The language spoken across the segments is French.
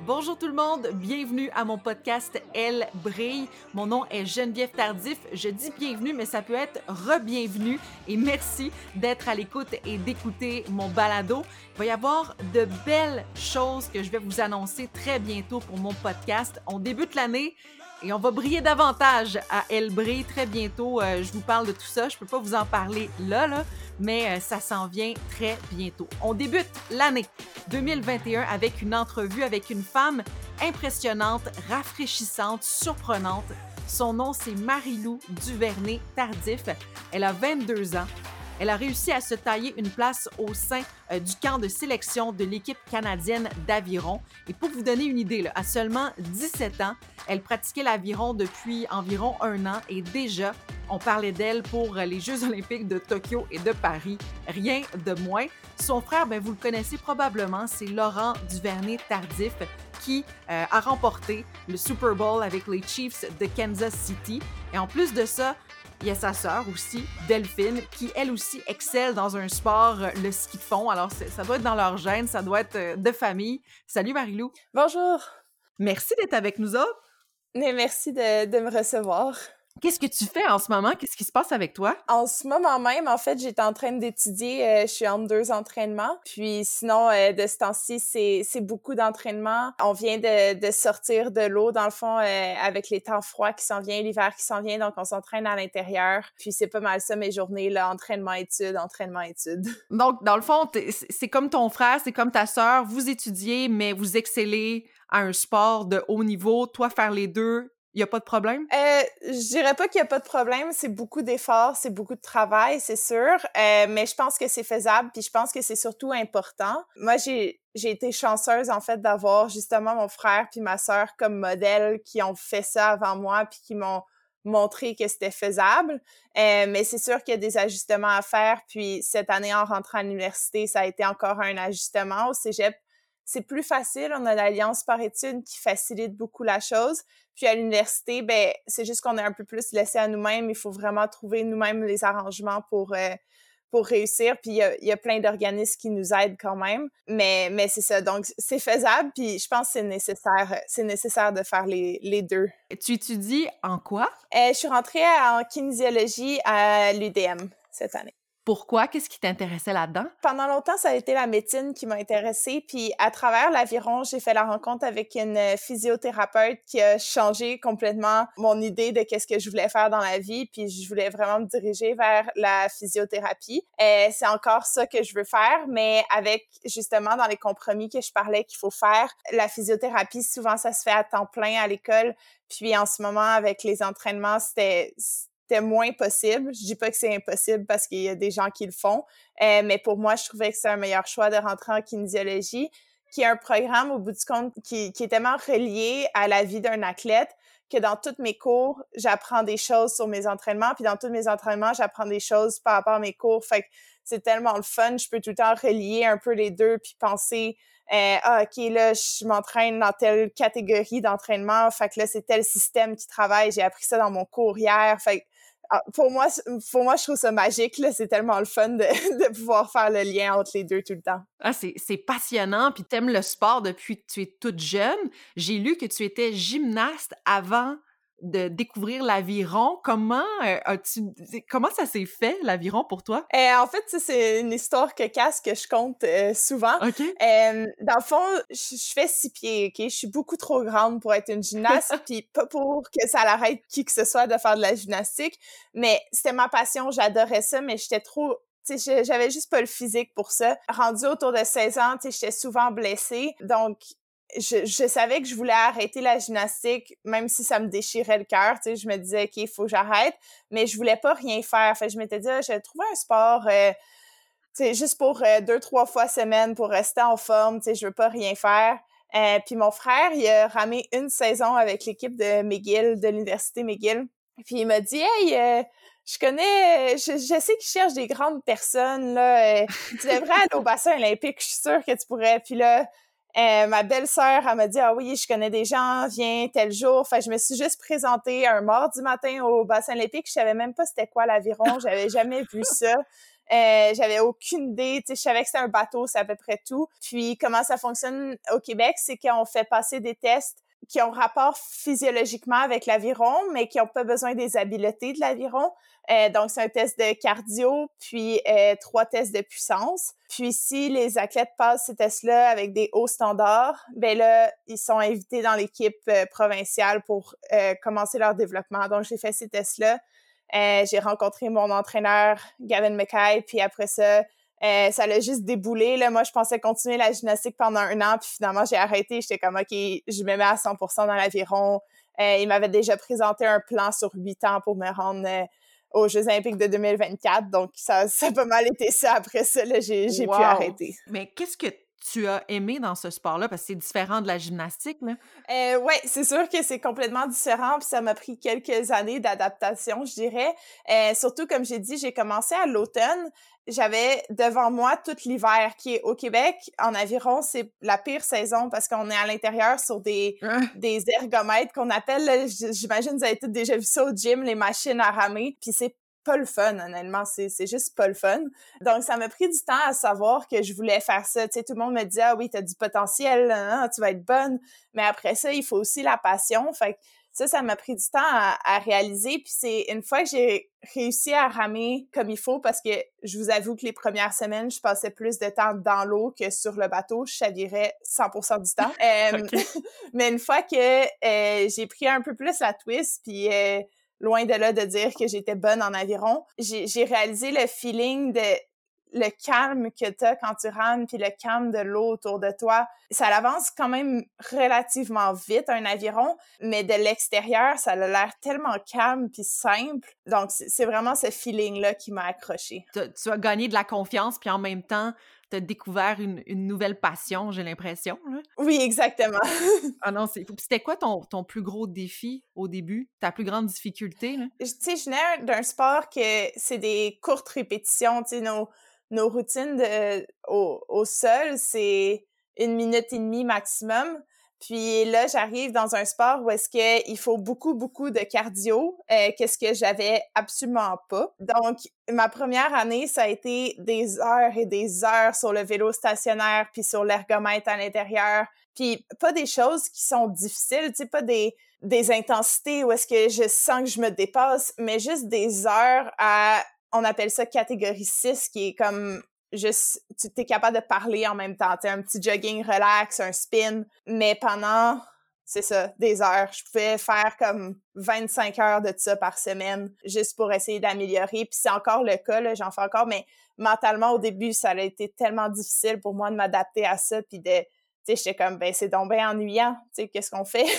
Bonjour tout le monde, bienvenue à mon podcast Elle brille. Mon nom est Geneviève Tardif. Je dis bienvenue, mais ça peut être re-bienvenue. Et merci d'être à l'écoute et d'écouter mon balado. Il va y avoir de belles choses que je vais vous annoncer très bientôt pour mon podcast. On débute l'année et on va briller davantage à Elle brille très bientôt. Je vous parle de tout ça. Je peux pas vous en parler là, mais ça s'en vient très bientôt. On débute l'année 2021 avec une entrevue avec une femme impressionnante, rafraîchissante, surprenante. Son nom, c'est Marie-Lou Duvernay-Tardif. Elle a 22 ans. Elle a réussi à se tailler une place au sein du camp de sélection de l'équipe canadienne d'aviron. Et pour vous donner une idée, à seulement 17 ans, elle pratiquait l'aviron depuis environ 1 an et déjà, on parlait d'elle pour les Jeux olympiques de Tokyo et de Paris. Rien de moins. Son frère, vous le connaissez probablement, c'est Laurent Duvernay-Tardif qui a remporté le Super Bowl avec les Chiefs de Kansas City. Et en plus de ça, il y a sa sœur aussi, Delphine, qui elle aussi excelle dans un sport, le ski de fond. Alors, ça doit être dans leur gène, ça doit être de famille. Salut Marie-Lou. Bonjour. Merci d'être avec nous autres. Mais merci de me recevoir. Qu'est-ce que tu fais en ce moment? Qu'est-ce qui se passe avec toi? En ce moment même, en fait, j'étais en train d'étudier. Je suis entre 2 entraînements. Puis sinon, de ce temps-ci, c'est beaucoup d'entraînements. On vient de sortir de l'eau, dans le fond, avec les temps froids qui s'en viennent, l'hiver qui s'en vient. Donc, on s'entraîne à l'intérieur. Puis c'est pas mal ça, mes journées, là, entraînement-études. Donc, dans le fond, c'est comme ton frère, c'est comme ta sœur. Vous étudiez, mais vous excellez à un sport de haut niveau. Toi, faire les deux, il n'y a pas de problème? Je dirais pas qu'il y a pas de problème. C'est beaucoup d'efforts, c'est beaucoup de travail, c'est sûr. Mais je pense que c'est faisable, puis je pense que c'est surtout important. Moi, j'ai été chanceuse, en fait, d'avoir justement mon frère puis ma sœur comme modèle qui ont fait ça avant moi puis qui m'ont montré que c'était faisable. Mais c'est sûr qu'il y a des ajustements à faire. Puis cette année, en rentrant à l'université, ça a été encore un ajustement. Au cégep, c'est plus facile. On a l'Alliance par études qui facilite beaucoup la chose. Puis à l'université, c'est juste qu'on est un peu plus laissé à nous-mêmes. Il faut vraiment trouver nous-mêmes les arrangements pour réussir. Puis il y a plein d'organismes qui nous aident quand même. Mais c'est ça. Donc, c'est faisable. Puis je pense que c'est nécessaire. C'est nécessaire de faire les deux. Tu étudies en quoi? Je suis rentrée en kinésiologie à l'UDM cette année. Pourquoi? Qu'est-ce qui t'intéressait là-dedans? Pendant longtemps, ça a été la médecine qui m'a intéressée. Puis à travers l'aviron, j'ai fait la rencontre avec une physiothérapeute qui a changé complètement mon idée de qu'est-ce que je voulais faire dans la vie. Puis je voulais vraiment me diriger vers la physiothérapie. C'est encore ça que je veux faire, mais avec justement dans les compromis que je parlais qu'il faut faire. La physiothérapie, souvent, ça se fait à temps plein à l'école. Puis en ce moment, avec les entraînements, c'était moins possible. Je dis pas que c'est impossible parce qu'il y a des gens qui le font, mais pour moi, je trouvais que c'est un meilleur choix de rentrer en kinésiologie, qui est un programme, au bout du compte, qui est tellement relié à la vie d'un athlète que dans tous mes cours, j'apprends des choses sur mes entraînements, puis dans tous mes entraînements, j'apprends des choses par rapport à mes cours. Fait que c'est tellement le fun. Je peux tout le temps relier un peu les deux, puis penser OK, là, je m'entraîne dans telle catégorie d'entraînement, fait que là, c'est tel système qui travaille. J'ai appris ça dans mon cours hier. Fait que pour moi, je trouve ça magique, là. C'est tellement le fun de pouvoir faire le lien entre les deux tout le temps. Ah, c'est passionnant, puis t'aimes le sport depuis que tu es toute jeune. J'ai lu que tu étais gymnaste avant de découvrir l'aviron. Comment ça s'est fait, l'aviron, pour toi? En fait, c'est une histoire cocasse que je compte souvent. OK. Dans le fond, je fais 6 pieds, OK? Je suis beaucoup trop grande pour être une gymnaste, puis pas pour que ça l'arrête qui que ce soit de faire de la gymnastique, mais c'était ma passion, j'adorais ça, mais j'étais trop... Tu sais, j'avais juste pas le physique pour ça. Rendue autour de 16 ans, tu sais, j'étais souvent blessée, donc... Je savais que je voulais arrêter la gymnastique, même si ça me déchirait le cœur, tu sais, je me disais, OK, il faut que j'arrête, mais je voulais pas rien faire. Fait que je m'étais dit, je vais trouver un sport, tu sais, juste pour 2-3 fois semaine pour rester en forme, tu sais, je veux pas rien faire. Puis mon frère, il a ramé une saison avec l'équipe de McGill, de l'université McGill. Puis il m'a dit, hey, je sais qu'ils cherchent des grandes personnes, là, tu devrais aller au bassin olympique, je suis sûre que tu pourrais. Puis là, ma belle-sœur, elle m'a dit « Ah oui, je connais des gens, viens tel jour. » Fait que je me suis juste présentée un mardi matin au bassin olympique. Je savais même pas c'était quoi l'aviron, j'avais jamais vu ça. J'avais aucune idée, tu sais, je savais que c'était un bateau, c'est à peu près tout. Puis comment ça fonctionne au Québec, c'est qu'on fait passer des tests qui ont rapport physiologiquement avec l'aviron, mais qui n'ont pas besoin des habiletés de l'aviron. Donc, c'est un test de cardio, puis 3 tests de puissance. Puis, si les athlètes passent ces tests-là avec des hauts standards, ben là, ils sont invités dans l'équipe provinciale pour commencer leur développement. Donc, j'ai fait ces tests-là. J'ai rencontré mon entraîneur, Gavin Mackay, puis après ça, ça l'a juste déboulé. Là. Moi, je pensais continuer la gymnastique pendant 1 an, puis finalement, j'ai arrêté. J'étais comme, OK, je me mets à 100% dans l'aviron. Il m'avait déjà présenté un plan sur 8 ans pour me rendre aux Jeux olympiques de 2024. Donc, ça a pas mal été ça. Après ça, là, j'ai pu arrêter. Mais qu'est-ce que tu as aimé dans ce sport-là? Parce que c'est différent de la gymnastique, là. Oui, c'est sûr que c'est complètement différent, puis ça m'a pris quelques années d'adaptation, je dirais. Surtout, comme j'ai dit, j'ai commencé à l'automne. J'avais devant moi tout l'hiver, qui est au Québec, en aviron, c'est la pire saison parce qu'on est à l'intérieur sur des ergomètres qu'on appelle, là, j'imagine que vous avez tous déjà vu ça au gym, les machines à ramer, puis c'est pas le fun, honnêtement, c'est juste pas le fun. Donc, ça m'a pris du temps à savoir que je voulais faire ça. Tu sais, tout le monde me disait « Ah oui, t'as du potentiel, hein, tu vas être bonne. » Mais après ça, il faut aussi la passion. Fait que ça m'a pris du temps à réaliser. Puis c'est une fois que j'ai réussi à ramer comme il faut, parce que je vous avoue que les premières semaines, je passais plus de temps dans l'eau que sur le bateau. Je chavirais 100% du temps. Okay. Mais une fois que j'ai pris un peu plus la twist, puis loin de là de dire que j'étais bonne en aviron, j'ai réalisé le feeling de le calme que t'as quand tu rames, puis le calme de l'eau autour de toi. Ça avance quand même relativement vite, un aviron, mais de l'extérieur, ça a l'air tellement calme puis simple. Donc, c'est vraiment ce feeling-là qui m'a accroché. Tu as gagné de la confiance, puis en même temps, tu as découvert une nouvelle passion, j'ai l'impression, là. Oui, exactement. Ah non, c'est fou. Puis c'était quoi ton plus gros défi au début? Ta plus grande difficulté, là? Tu sais, je venais d'un sport que c'est des courtes répétitions, tu sais, nos routines au sol, c'est 1 minute et demie maximum. Puis là, j'arrive dans un sport où est-ce qu'il faut beaucoup, beaucoup de cardio, qu'est-ce que j'avais absolument pas. Donc, ma première année, ça a été des heures et des heures sur le vélo stationnaire puis sur l'ergomètre à l'intérieur. Puis pas des choses qui sont difficiles, tu sais, pas des intensités où est-ce que je sens que je me dépasse, mais juste des heures à, on appelle ça catégorie 6, qui est comme juste, tu es capable de parler en même temps, tu sais, un petit jogging relax, un spin, mais pendant, c'est ça, des heures. Je pouvais faire comme 25 heures de ça par semaine, juste pour essayer d'améliorer, puis c'est encore le cas, là, j'en fais encore, mais mentalement, au début, ça a été tellement difficile pour moi de m'adapter à ça, puis de, tu sais, j'étais comme, ben, c'est donc bien ennuyant, tu sais, qu'est-ce qu'on fait?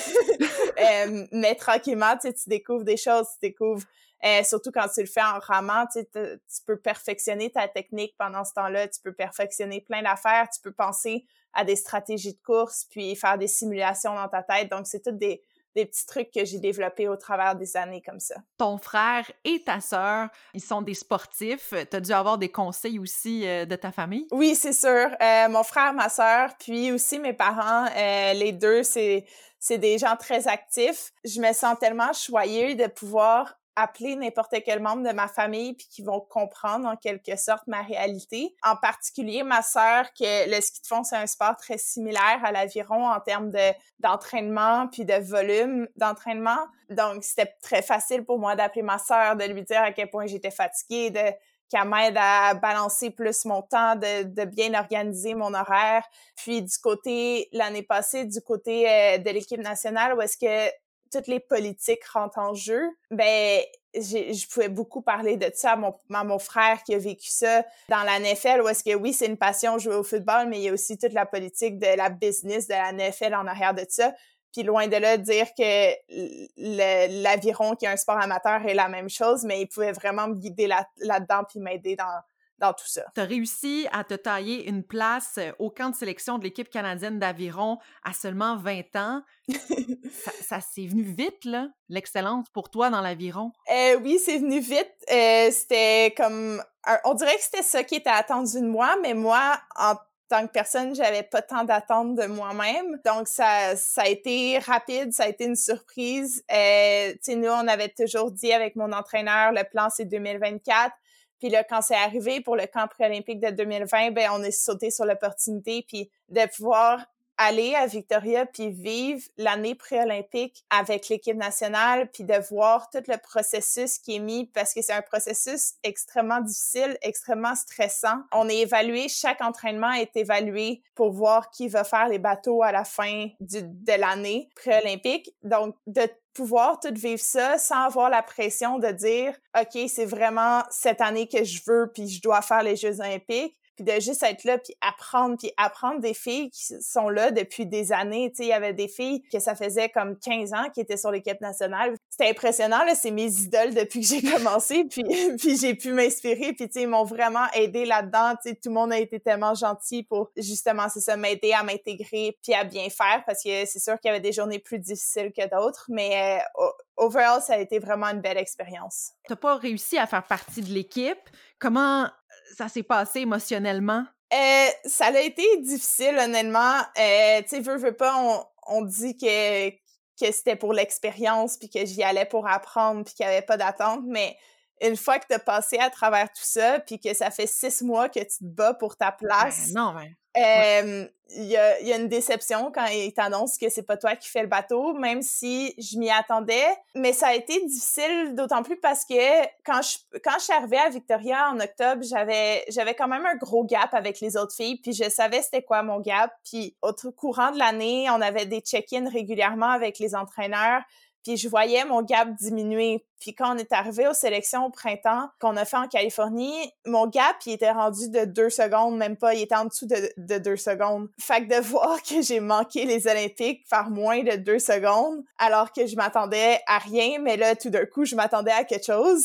Mais tranquillement, tu sais, tu découvres des choses, tu découvres, surtout quand tu le fais en ramant, tu sais, tu peux perfectionner ta technique pendant ce temps-là, tu peux perfectionner plein d'affaires, tu peux penser à des stratégies de course, puis faire des simulations dans ta tête. Donc, c'est tous des petits trucs que j'ai développés au travers des années comme ça. Ton frère et ta sœur, ils sont des sportifs. Tu as dû avoir des conseils aussi de ta famille? Oui, c'est sûr. Mon frère, ma sœur, puis aussi mes parents, les deux, c'est des gens très actifs. Je me sens tellement choyée de pouvoir appeler n'importe quel membre de ma famille puis qui vont comprendre en quelque sorte ma réalité. En particulier, ma sœur, que le ski de fond, c'est un sport très similaire à l'aviron en termes d'entraînement puis de volume d'entraînement. Donc, c'était très facile pour moi d'appeler ma sœur, de lui dire à quel point j'étais fatiguée, qu'elle m'aide à balancer plus mon temps, de bien organiser mon horaire. Puis du côté, l'année passée, du côté de l'équipe nationale, où est-ce que toutes les politiques rentrent en jeu, ben je pouvais beaucoup parler de ça à mon frère qui a vécu ça dans la NFL, où est-ce que oui, c'est une passion jouer au football, mais il y a aussi toute la politique de la business de la NFL en arrière de ça. Puis loin de là, dire que l'aviron, qui est un sport amateur, est la même chose, mais il pouvait vraiment me guider là-dedans puis m'aider dans tout ça. Tu as réussi à te tailler une place au camp de sélection de l'équipe canadienne d'aviron à seulement 20 ans. Ça s'est venu vite, là, l'excellence pour toi dans l'aviron? Oui, c'est venu vite. C'était comme... on dirait que c'était ça qui était attendu de moi, mais moi, en tant que personne, j'avais pas tant d'attentes de moi-même. Donc, ça a été rapide, ça a été une surprise. Tu sais, nous, on avait toujours dit avec mon entraîneur, le plan, c'est 2024. Puis là, quand c'est arrivé pour le camp pré-olympique de 2020, ben on est sauté sur l'opportunité, puis de pouvoir aller à Victoria puis vivre l'année pré-olympique avec l'équipe nationale puis de voir tout le processus qui est mis parce que c'est un processus extrêmement difficile, extrêmement stressant. On est évalué, chaque entraînement est évalué pour voir qui va faire les bateaux à la fin de l'année pré-olympique. Donc, de pouvoir tout vivre ça sans avoir la pression de dire « OK, c'est vraiment cette année que je veux puis je dois faire les Jeux olympiques », puis de juste être là, puis apprendre des filles qui sont là depuis des années. Tu sais, il y avait des filles que ça faisait comme 15 ans qui étaient sur l'équipe nationale. C'était impressionnant, là, c'est mes idoles depuis que j'ai commencé, puis j'ai pu m'inspirer, puis tu sais, ils m'ont vraiment aidé là-dedans. Tu sais, tout le monde a été tellement gentil pour, justement, c'est ça, m'aider à m'intégrer, puis à bien faire, parce que c'est sûr qu'il y avait des journées plus difficiles que d'autres, mais overall, ça a été vraiment une belle expérience. T'as pas réussi à faire partie de l'équipe. Comment ça s'est passé émotionnellement? Ça a été difficile, honnêtement. Tu sais, veux pas, on dit que c'était pour l'expérience, puis que j'y allais pour apprendre, puis qu'il y avait pas d'attente, mais une fois que t'as passé à travers tout ça, puis que ça fait 6 mois que tu te bats pour ta place... non, ouais. Il y a une déception quand ils t'annoncent que c'est pas toi qui fais le bateau, même si je m'y attendais. Mais ça a été difficile, d'autant plus parce que quand je suis arrivée à Victoria en octobre, j'avais quand même un gros gap avec les autres filles, puis je savais c'était quoi mon gap. Puis au courant de l'année, on avait des check-ins régulièrement avec les entraîneurs. Puis je voyais mon gap diminuer. Puis quand on est arrivé aux sélections au printemps, qu'on a fait en Californie, mon gap, il était rendu de 2 secondes, même pas, il était en dessous de 2 secondes. Fait que de voir que j'ai manqué les Olympiques par moins de 2 secondes, alors que je m'attendais à rien, mais là, tout d'un coup, je m'attendais à quelque chose.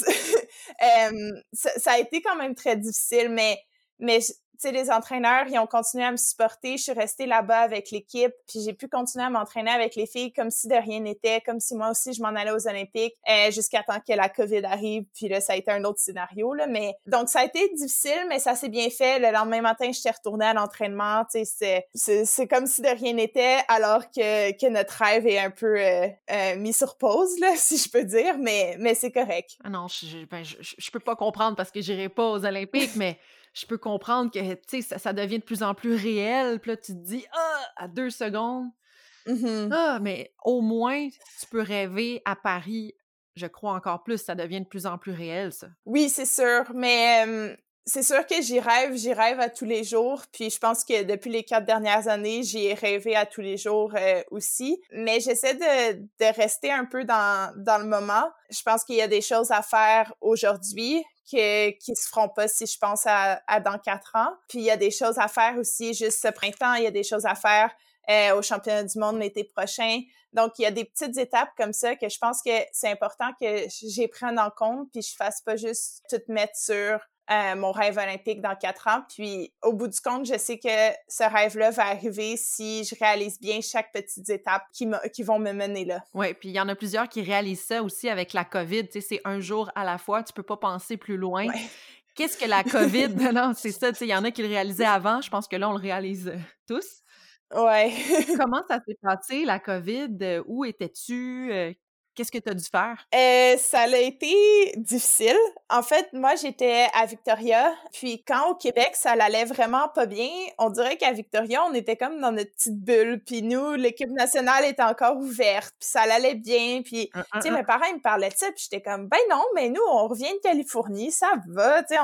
Ça a été quand même très difficile, mais tu sais, les entraîneurs, ils ont continué à me supporter. Je suis restée là-bas avec l'équipe, puis j'ai pu continuer à m'entraîner avec les filles comme si de rien n'était, comme si moi aussi, je m'en allais aux Olympiques, jusqu'à temps que la COVID arrive, puis là, ça a été un autre scénario, là. Mais donc, ça a été difficile, mais ça s'est bien fait. Le lendemain matin, j'étais retournée à l'entraînement, tu sais, c'est comme si de rien n'était, alors que notre rêve est un peu mis sur pause, là, si je peux dire, mais c'est correct. Ah non, je peux pas comprendre parce que j'irai pas aux Olympiques, mais je peux comprendre que, tu sais, ça devient de plus en plus réel. Puis là, tu te dis, à 2 secondes. Mm-hmm. Mais au moins, tu peux rêver à Paris. Je crois encore plus, ça devient de plus en plus réel, ça. Oui, c'est sûr, mais c'est sûr que j'y rêve à tous les jours, puis je pense que depuis les 4 dernières années, j'y ai rêvé à tous les jours aussi, mais j'essaie de rester un peu dans le moment. Je pense qu'il y a des choses à faire aujourd'hui qui se feront pas si je pense à dans 4 ans, puis il y a des choses à faire aussi juste ce printemps, il y a des choses à faire au championnat du monde l'été prochain. Donc, il y a des petites étapes comme ça que je pense que c'est important que j'y prenne en compte puis je fasse pas juste tout mettre sur mon rêve olympique dans 4 ans. Puis, au bout du compte, je sais que ce rêve-là va arriver si je réalise bien chaque petite étape qui vont me mener là. Oui, puis il y en a plusieurs qui réalisent ça aussi avec la COVID. Tu sais, c'est un jour à la fois, tu peux pas penser plus loin. Ouais. Qu'est-ce que la COVID? Non, c'est ça, tu sais, il y en a qui le réalisaient avant. Je pense que là, on le réalise tous. Ouais. Comment ça s'est passé, la COVID? Où étais-tu? Qu'est-ce que tu as dû faire? Ça a été difficile. En fait, moi, j'étais à Victoria, puis quand au Québec, ça allait vraiment pas bien, on dirait qu'à Victoria, on était comme dans notre petite bulle, puis nous, l'équipe nationale était encore ouverte, puis ça allait bien, puis tu sais, mes parents, ils me parlaient de ça, puis j'étais comme, ben non, mais nous, on revient de Californie, ça va, tu sais,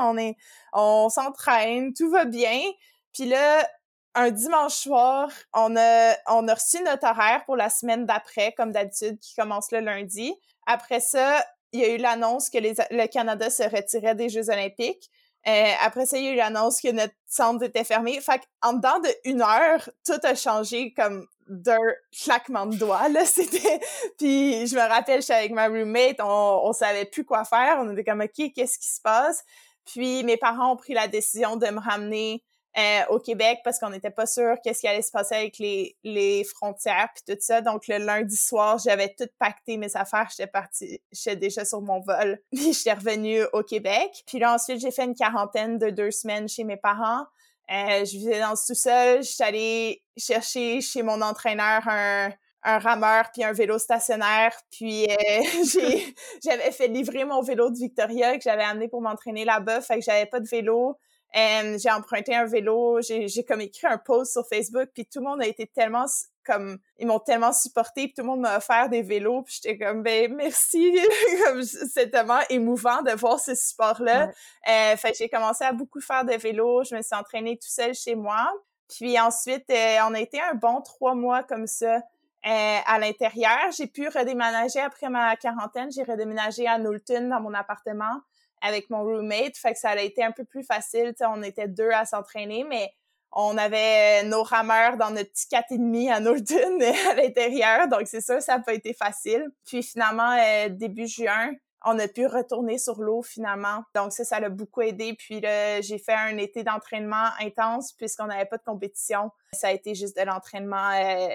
on s'entraîne, tout va bien. Puis là, un dimanche soir, on a reçu notre horaire pour la semaine d'après, comme d'habitude, qui commence le lundi. Après ça, il y a eu l'annonce que le Canada se retirait des Jeux olympiques. Après ça, il y a eu l'annonce que notre centre était fermé. Fait qu'en dedans de 1 heure, tout a changé comme d'un claquement de doigts, là. C'était... Puis je me rappelle, j'étais avec ma roommate, on savait plus quoi faire. On était comme, OK, qu'est-ce qui se passe? Puis mes parents ont pris la décision de me ramener au Québec parce qu'on n'était pas sûr qu'est-ce qui allait se passer avec les frontières puis tout ça. Donc, le lundi soir, j'avais tout pacté mes affaires. J'étais déjà sur mon vol. Puis, j'étais revenue au Québec. Puis là, ensuite, j'ai fait une quarantaine de 2 semaines chez mes parents. Je vivais dans le sous-sol. J'étais allée chercher chez mon entraîneur un rameur puis un vélo stationnaire. Puis j'avais fait livrer mon vélo de Victoria que j'avais amené pour m'entraîner là-bas. Fait que j'avais pas de vélo. J'ai emprunté un vélo. J'ai comme écrit un post sur Facebook. Puis tout le monde a été tellement comme ils m'ont tellement supporté, puis tout le monde m'a offert des vélos, puis j'étais comme ben merci. Comme c'est tellement émouvant de voir ce support-là. Ouais. Fait que j'ai commencé à beaucoup faire de vélo. Je me suis entraînée tout seul chez moi. Puis ensuite, on a été un bon 3 mois comme ça. À l'intérieur. J'ai pu redéménager après ma quarantaine. J'ai redéménagé à Knowlton dans mon appartement avec mon roommate. Fait que ça a été un peu plus facile. T'sais, on était 2 à s'entraîner, mais on avait nos rameurs dans notre petit 4,5 à Knowlton à l'intérieur. Donc, c'est sûr, ça n'a pas été facile. Puis finalement, début juin, on a pu retourner sur l'eau finalement. Donc ça l'a beaucoup aidé. Puis là, j'ai fait un été d'entraînement intense puisqu'on n'avait pas de compétition. Ça a été juste de l'entraînement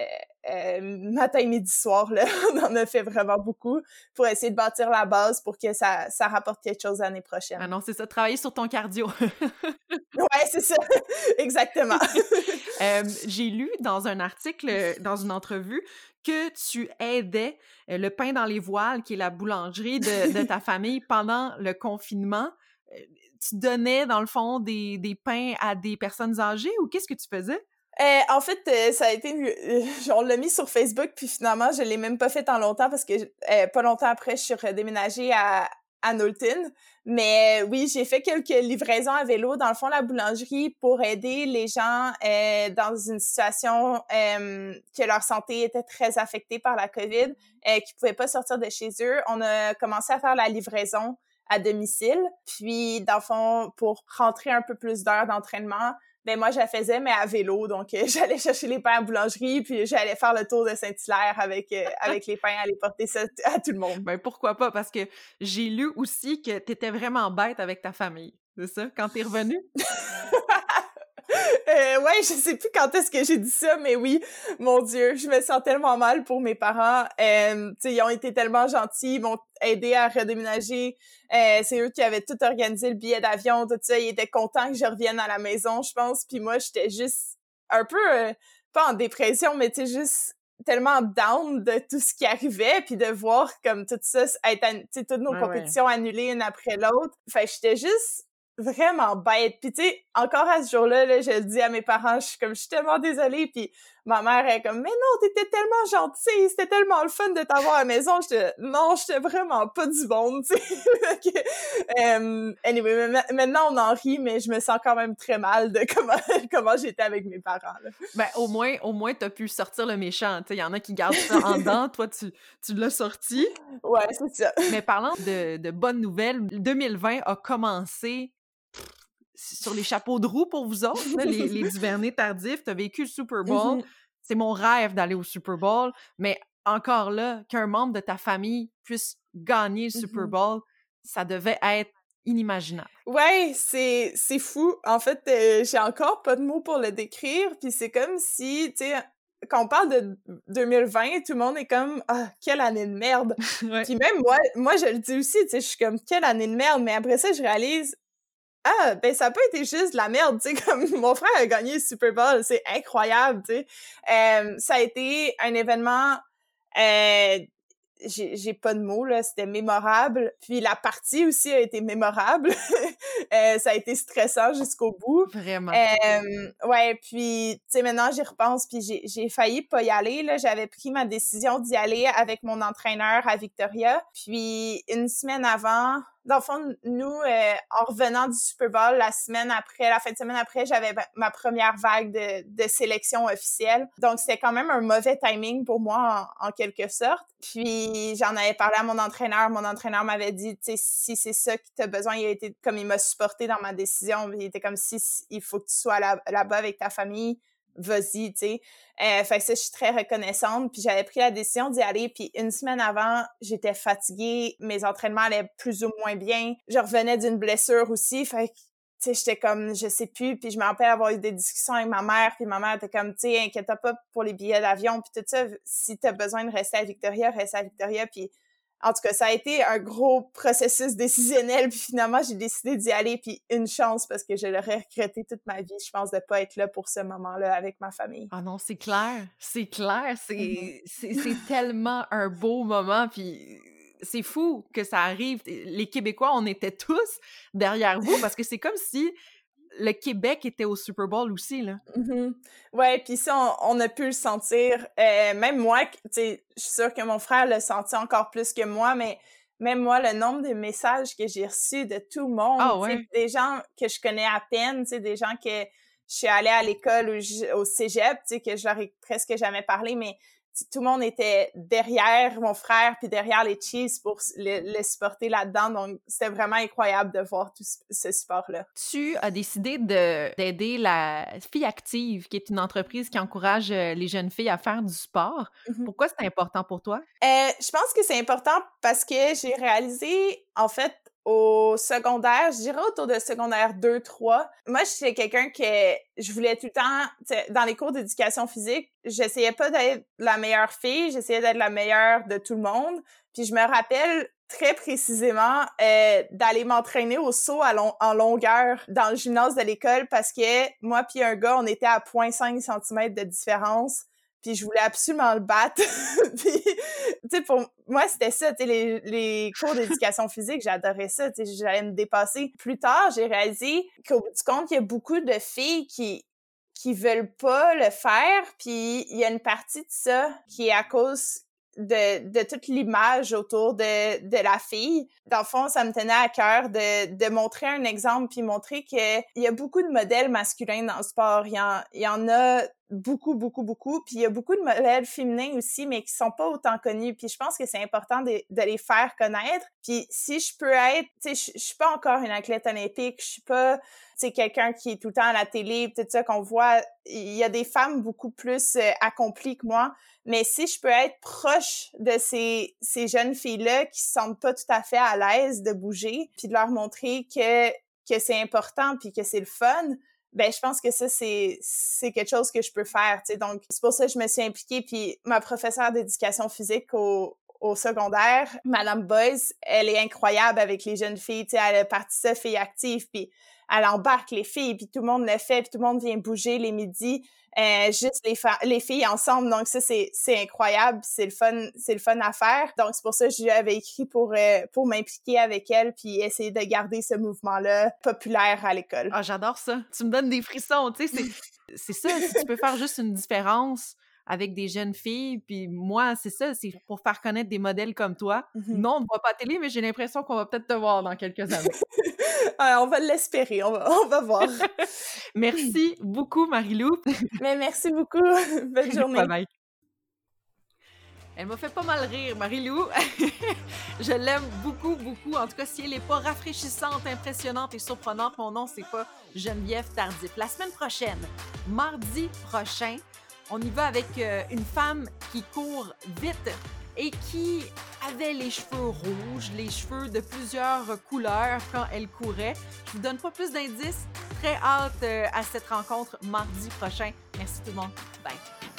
matin, midi, soir. Là. On en a fait vraiment beaucoup pour essayer de bâtir la base pour que ça rapporte quelque chose l'année prochaine. Ah non, c'est ça, travailler sur ton cardio. Ouais, c'est ça. Exactement. J'ai lu dans un article, dans une entrevue, que tu aidais le pain dans les voiles, qui est la boulangerie de ta famille, pendant le confinement. Tu donnais, dans le fond, des pains à des personnes âgées, ou qu'est-ce que tu faisais? En fait, ça a été... on l'a mis sur Facebook, puis finalement, je l'ai même pas fait en longtemps, parce que pas longtemps après, je suis redéménagée à Knowlton. Mais oui, j'ai fait quelques livraisons à vélo, dans le fond, la boulangerie, pour aider les gens dans une situation que leur santé était très affectée par la COVID, qui pouvaient pas sortir de chez eux. On a commencé à faire la livraison à domicile. Puis, dans le fond, pour rentrer un peu plus d'heures d'entraînement, ben moi, je la faisais, mais à vélo. Donc, j'allais chercher les pains à la boulangerie, puis j'allais faire le tour de Saint-Hilaire avec les pains, aller porter ça à tout le monde. Ben pourquoi pas? Parce que j'ai lu aussi que t'étais vraiment bête avec ta famille. C'est ça? Quand t'es revenue? Ouais, je sais plus quand est-ce que j'ai dit ça, mais oui, mon Dieu, je me sens tellement mal pour mes parents. Tu sais, ils ont été tellement gentils, ils m'ont aidé à redéménager. C'est eux qui avaient tout organisé, le billet d'avion, tout ça. Ils étaient contents que je revienne à la maison, je pense. Puis moi, j'étais juste un peu, pas en dépression, mais tu sais, juste tellement down de tout ce qui arrivait, puis de voir comme tout ça être, tu sais, toutes nos compétitions annulées une après l'autre. Fait que j'étais juste vraiment bête. Puis tu sais, encore à ce jour-là, là, je le dis à mes parents, je suis tellement désolée. Puis ma mère est comme, mais non, t'étais tellement gentille, c'était tellement le fun de t'avoir à la maison. Non, j'étais vraiment pas du monde, tu sais. Anyway, maintenant on en rit, mais je me sens quand même très mal de comment j'étais avec mes parents, là. Ben au moins t'as pu sortir le méchant. Tu sais, il y en a qui gardent ça en dedans. Toi, tu l'as sorti. Ouais, c'est ça. Mais parlant de bonnes nouvelles, 2020 a commencé sur les chapeaux de roue pour vous autres, là, les Duvernay tardifs. T'as vécu le Super Bowl. C'est mon rêve d'aller au Super Bowl, mais encore là, qu'un membre de ta famille puisse gagner le Super Bowl, ça devait être inimaginable. Ouais, c'est fou. En fait, j'ai encore pas de mots pour le décrire, puis c'est comme si, tu sais, quand on parle de 2020, tout le monde est comme « Ah, quelle année de merde! » Ouais. Puis même moi, je le dis aussi, tu sais, je suis comme « Quelle année de merde! » Mais après ça, je réalise « Ah, ben ça a pas été juste de la merde, tu sais, comme mon frère a gagné le Super Bowl, c'est incroyable, tu sais. » Ça a été un événement... j'ai pas de mots, là, c'était mémorable. Puis la partie aussi a été mémorable. Ça a été stressant jusqu'au bout. Vraiment. Ouais, puis, tu sais, maintenant, j'y repense, puis j'ai failli pas y aller, là. J'avais pris ma décision d'y aller avec mon entraîneur à Victoria. Puis, une semaine avant... Dans le fond, nous, en revenant du Super Bowl, la fin de semaine après, j'avais ma première vague de sélection officielle. Donc, c'était quand même un mauvais timing pour moi, en quelque sorte. Puis, j'en avais parlé à mon entraîneur. Mon entraîneur m'avait dit, tu sais, si c'est ça que tu as besoin, il m'a supporté dans ma décision. Il était comme, si il faut que tu sois là-bas avec ta famille, vas-y, tu sais. Fait que ça, je suis très reconnaissante. Puis j'avais pris la décision d'y aller. Puis une semaine avant, j'étais fatiguée. Mes entraînements allaient plus ou moins bien. Je revenais d'une blessure aussi. Fait que, tu sais, j'étais comme, je sais plus. Puis je me rappelle avoir eu des discussions avec ma mère. Puis ma mère était comme, tu sais, inquiète-toi pas pour les billets d'avion. Puis tout ça, si t'as besoin de rester à Victoria, reste à Victoria. Puis En tout cas, ça a été un gros processus décisionnel, puis finalement, j'ai décidé d'y aller, puis une chance, parce que je l'aurais regretté toute ma vie, je pense, de pas être là pour ce moment-là avec ma famille. Ah non, c'est clair, c'est Mhm. c'est tellement un beau moment, puis c'est fou que ça arrive. Les Québécois, on était tous derrière vous, parce que c'est comme si le Québec était au Super Bowl aussi, là. Mhm. Ouais, puis ça, on a pu le sentir. Même moi, tu sais, je suis sûre que mon frère l'a senti encore plus que moi, mais même moi, le nombre de messages que j'ai reçus de tout le monde, Ah tu sais, ouais? des gens que je connais à peine, tu sais, des gens que je suis allée à l'école ou au cégep, tu sais, que je leur ai presque jamais parlé, mais tout le monde était derrière mon frère puis derrière les Chiefs pour le supporter là-dedans. Donc, c'était vraiment incroyable de voir tout ce support-là. Tu as décidé d'aider la Fille Active, qui est une entreprise qui encourage les jeunes filles à faire du sport. Mhm. Pourquoi c'est important pour toi? Je pense que c'est important parce que j'ai réalisé, en fait, au secondaire, je dirais autour de secondaire 2-3, moi, j'étais quelqu'un que je voulais tout le temps, dans les cours d'éducation physique, j'essayais pas d'être la meilleure fille, j'essayais d'être la meilleure de tout le monde. Puis je me rappelle très précisément d'aller m'entraîner au saut en longueur dans le gymnase de l'école parce que moi puis un gars, on était à 0,5 cm de différence. Puis je voulais absolument le battre. Puis, tu sais, pour moi, c'était ça, tu sais, les cours d'éducation physique, j'adorais ça, tu sais, j'allais me dépasser. Plus tard, j'ai réalisé qu'au bout du compte, il y a beaucoup de filles qui veulent pas le faire, puis il y a une partie de ça qui est à cause de toute l'image autour de la fille. Dans le fond, ça me tenait à cœur de montrer un exemple puis montrer que il y a beaucoup de modèles masculins dans le sport. Il y en a beaucoup, beaucoup, beaucoup. Puis il y a beaucoup de modèles féminins aussi, mais qui sont pas autant connus. Puis je pense que c'est important de les faire connaître. Puis si je peux être, tu sais, je suis pas encore une athlète olympique, je suis pas, c'est quelqu'un qui est tout le temps à la télé, peut-être ça qu'on voit, il y a des femmes beaucoup plus accomplies que moi, mais si je peux être proche de ces jeunes filles-là qui se sentent pas tout à fait à l'aise de bouger, puis de leur montrer que c'est important puis que c'est le fun, ben je pense que ça c'est quelque chose que je peux faire, tu sais. Donc c'est pour ça que je me suis impliquée, puis ma professeure d'éducation physique au secondaire, Madame Boyce, elle est incroyable avec les jeunes filles, tu sais, elle a parti ça Filles Actives, puis elle embarque les filles, puis tout le monde le fait, puis tout le monde vient bouger les midis, juste les filles ensemble. Donc ça, c'est incroyable, c'est le fun à faire. Donc c'est pour ça que je lui avais écrit pour m'impliquer avec elle, puis essayer de garder ce mouvement-là populaire à l'école. Ah, j'adore ça. Tu me donnes des frissons, tu sais, c'est ça, si tu peux faire juste une différence avec des jeunes filles, puis moi, c'est ça, c'est pour faire connaître des modèles comme toi. Mhm. Non, on ne voit pas à télé, mais j'ai l'impression qu'on va peut-être te voir dans quelques années. On va l'espérer, on va voir. Merci beaucoup, Marie-Lou. Mais merci beaucoup. Bonne journée. Bye bye. Elle m'a fait pas mal rire, Marie-Lou. Je l'aime beaucoup, beaucoup. En tout cas, si elle n'est pas rafraîchissante, impressionnante et surprenante, mon nom, c'est pas Geneviève Tardif. La semaine prochaine, mardi prochain, on y va avec une femme qui court vite et qui avait les cheveux rouges, les cheveux de plusieurs couleurs quand elle courait. Je vous donne pas plus d'indices. Très hâte à cette rencontre mardi prochain. Merci tout le monde. Bye.